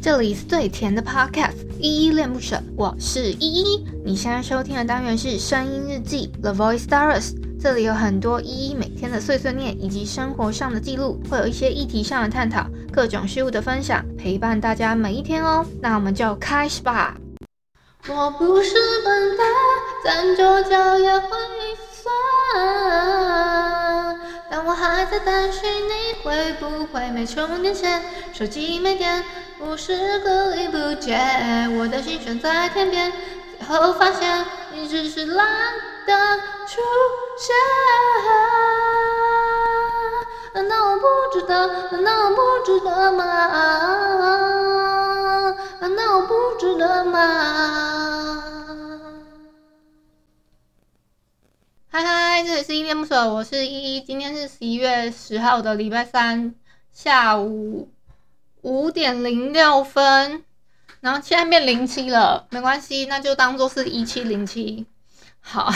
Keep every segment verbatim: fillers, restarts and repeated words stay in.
这里是最甜的 podcast， 依依恋不舍，我是依依。你现在收听的单元是声音日记 The Voice Diaries， 这里有很多依依每天的碎碎念以及生活上的记录，会有一些议题上的探讨，各种事物的分享，陪伴大家每一天哦。那我们就开始吧。 我不是笨蛋，但左脚也会酸，但我还在担心你会不会没充电线，手机没电，不是故意不接，我的心悬在天边，最后发现你只是懒得出现。难道我不值得？难道我不值得吗？难道我不值得吗？ 嗨嗨，这里是依依恋不舍，我是依依。今天是十一月十号的礼拜三下午五点零六分，然后现在变零七了，没关系，那就当做是一七零七。好，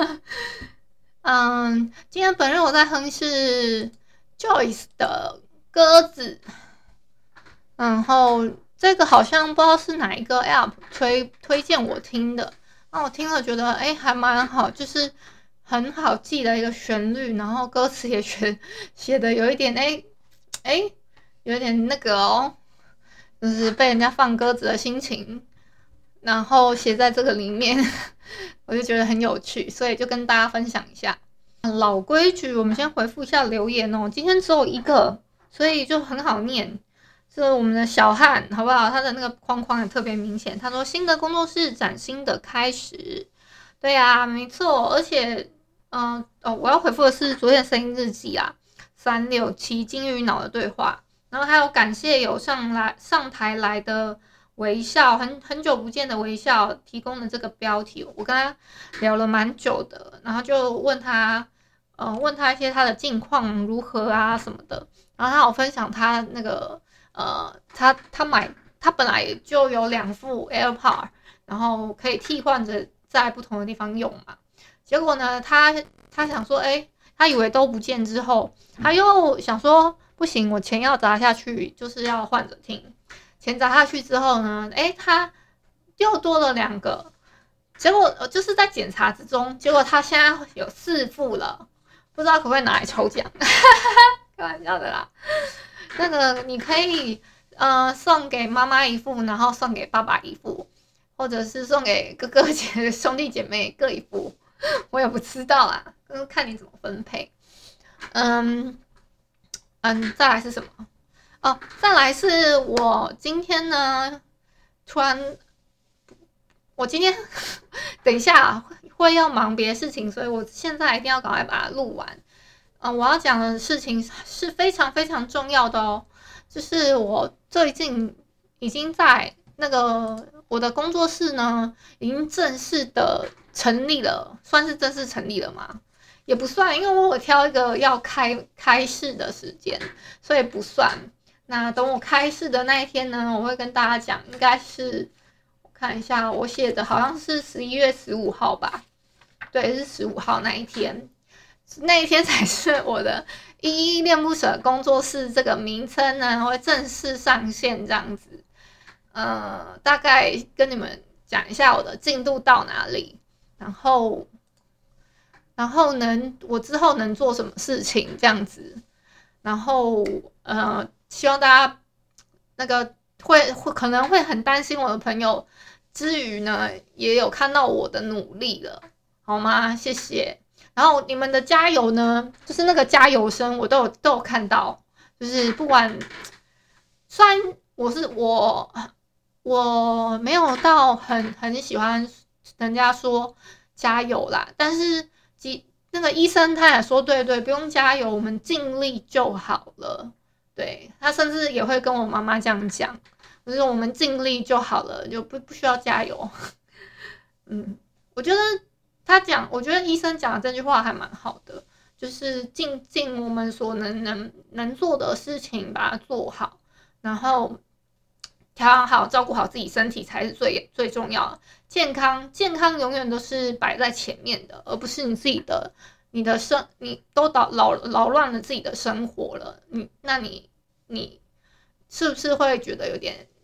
嗯，今天本日我在哼是 Joyce 的鸽子，然后这个好像不知道是哪一个 app 推推荐我听的，那我听了觉得哎还蛮好，就是很好记的一个旋律，然后歌词也写写的有一点哎哎有点那个哦，就是被人家放鸽子的心情，然后写在这个里面，我就觉得很有趣，所以就跟大家分享一下。老规矩，我们先回复一下留言哦。今天只有一个，所以就很好念。是我们的小汉，好不好？他的那个框框也特别明显。他说：“新的工作室崭新的开始。”对啊，没错。而且，嗯、呃、哦，我要回复的是昨天的声音日记啊，三六七金鱼脑的对话。然后还有感谢有上来上台来的微笑，很很久不见的微笑提供的这个标题，我跟他聊了蛮久的，然后就问他，呃，问他一些他的近况如何啊什么的，然后他有分享他那个，呃，他他买他本来就有两副 AirPod， 然后可以替换着在不同的地方用嘛，结果呢，他他想说，哎，他以为都不见之后，他又想说。不行，我钱要砸下去，就是要换着听。钱砸下去之后呢，哎，他又多了两个，结果就是在检查之中，结果他现在有四副了，不知道可不可以拿来抽奖？开玩笑的啦。那个你可以呃送给妈妈一副，然后送给爸爸一副，或者是送给哥哥姐兄弟姐妹各一副，我也不知道啦，看你怎么分配。嗯。嗯，再来是什么？哦，再来是我今天呢，突然，我今天等一下会要忙别的事情，所以我现在一定要赶快把它录完。嗯，我要讲的事情是非常非常重要的哦，就是我最近已经在那个我的工作室呢，已经正式的成立了，算是正式成立了吗？也不算，因为我有挑一个要开开市的时间，所以不算。那等我开市的那一天呢，我会跟大家讲，应该是我看一下，我写的好像是十一月十五号吧，对，是十五号那一天，那一天才是我的依依恋不舍工作室这个名称呢会正式上线这样子。呃，大概跟你们讲一下我的进度到哪里，然后。然后能我之后能做什么事情这样子，然后呃，希望大家那个会会可能会很担心我的朋友之余呢，也有看到我的努力了，好吗？谢谢。然后你们的加油呢，就是那个加油声，我都有都有看到，就是不管虽然我是我我没有到很很喜欢人家说加油啦，但是。那个医生他也说，对对，不用加油，我们尽力就好了。对，他甚至也会跟我妈妈这样讲，就是我们尽力就好了，就不不需要加油。嗯，我觉得他讲，我觉得医生讲的这句话还蛮好的，就是尽尽我们所能能能做的事情把它做好，然后调养好，照顾好自己身体才是最最重要的。健康，健康永远都是摆在前面的，而不是你自己的，你的生，你都捣扰扰乱了自己的生活了。你，那你，你是不是会觉得有点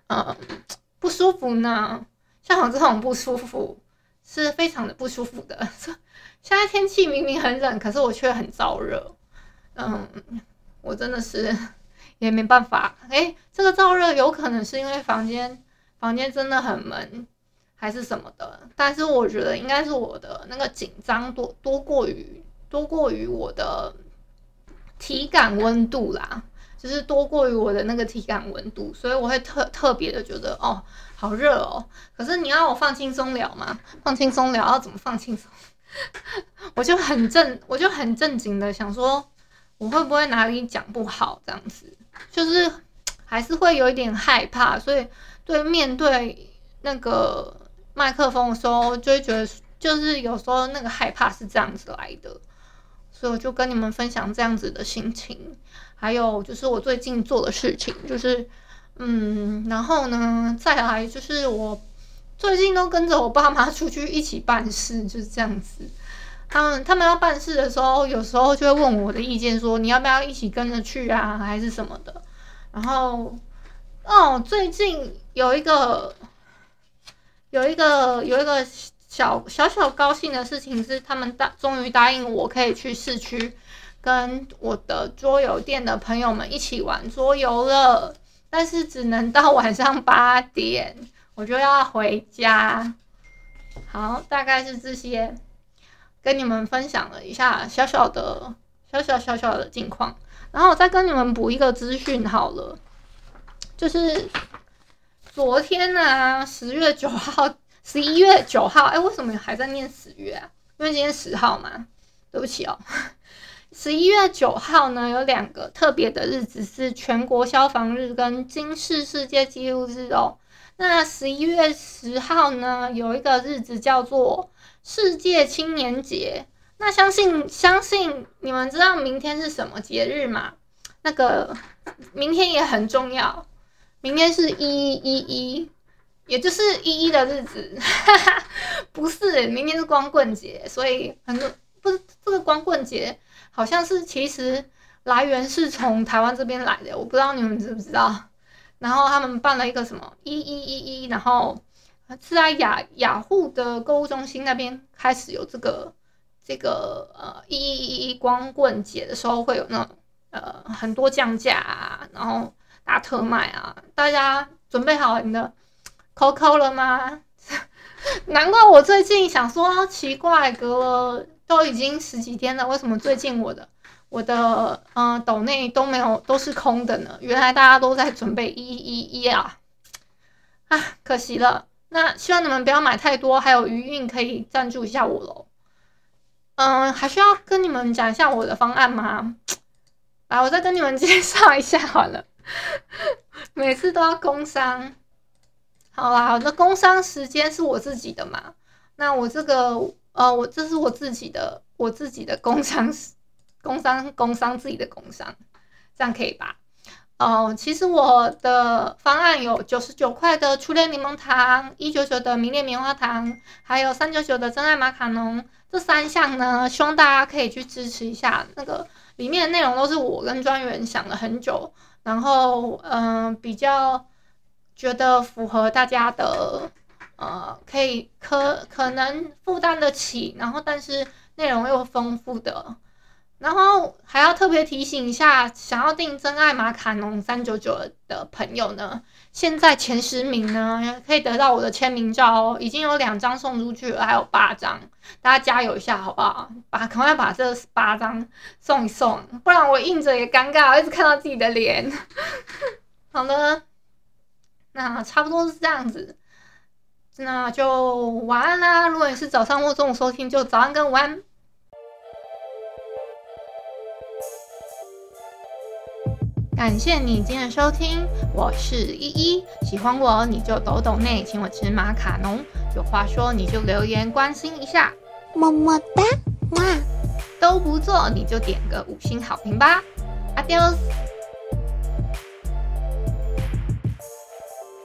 呃不舒服呢？像我这种不舒服是非常的不舒服的。现在天气明明很冷，可是我却很燥热。嗯，我真的是也没办法。哎，这个燥热有可能是因为房间房间真的很闷，还是什么的？但是我觉得应该是我的那个紧张多多过于多过于我的体感温度啦，就是多过于我的那个体感温度，所以我会特特别的觉得哦，好热哦。可是你要我放轻松聊吗？放轻松聊要怎么放轻松？我就很正，我就很正经的想说，我会不会哪里讲不好这样子，就是还是会有一点害怕，所以对面对那个麦克风的时候，就会觉得就是有时候那个害怕是这样子来的，所以我就跟你们分享这样子的心情，还有就是我最近做的事情，就是嗯，然后呢，再来就是我最近都跟着我爸妈出去一起办事，就是这样子。他们他们要办事的时候，有时候就会问我的意见，说你要不要一起跟着去啊，还是什么的。然后，哦，最近有一个有一个有一个小小小高兴的事情是，他们答终于答应我可以去市区跟我的桌游店的朋友们一起玩桌游了，但是只能到晚上八点。我就要回家。好，大概是这些，跟你们分享了一下小小的、小小小小的近况，然后我再跟你们补一个资讯好了，就是昨天啊，十月九号、十一月九号，哎，为什么还在念十月啊？因为今天十号嘛，对不起哦。十一月九号呢，有两个特别的日子是全国消防日跟金氏世界纪录日哦。那十一月十号呢，有一个日子叫做世界青年节。那相信相信你们知道明天是什么节日吗？那个明天也很重要，明天是一一一，也就是一一的日子。不是，明天是光棍节，所以很多不是这个光棍节好像是其实来源是从台湾这边来的，我不知道你们知不知道。然后他们办了一个什么一一一一，然后是在雅雅虎的购物中心那边开始有这个这个呃一一一一光棍节的时候会有那种呃很多降价啊，然后大特卖啊，大家准备好你的 Coco 了吗？难怪我最近想说奇怪，隔了都已经十几天了，为什么最近我的我的呃斗内都没有都是空的呢？原来大家都在准备一一一啊，啊，可惜了。那希望你们不要买太多，还有余韵可以赞助一下我咯。嗯、呃，还需要跟你们讲一下我的方案吗？来，我再跟你们介绍一下好了。每次都要工商，好啦，我的工商时间是我自己的嘛。那我这个呃，我这是我自己的我自己的工商时。工商工商自己的工商，这样可以吧？哦、呃，其实我的方案有九十九块的初恋柠檬糖，一九九的迷恋棉花糖，还有三九九的真爱马卡龙。这三项呢，希望大家可以去支持一下。那个里面的内容都是我跟专员想了很久，然后嗯、呃，比较觉得符合大家的呃，可以可可能负担得起，然后但是内容又丰富的。然后还要特别提醒一下，想要订真爱马卡龙三九九的朋友呢，现在前十名呢可以得到我的签名照哦，已经有两张送出去了，还有八张，大家加油一下好不好？把赶快把这八张送一送，不然我印着也尴尬，我一直看到自己的脸。好了，那差不多是这样子，那就晚安啦。如果你是早上或中午收听，就早安跟午安。感谢你今天的收听，我是依依，喜欢我你就抖抖内请我吃马卡龙，有话说你就留言关心一下， 么么哒，哇， 都不做你就点个五星好评吧，Adios。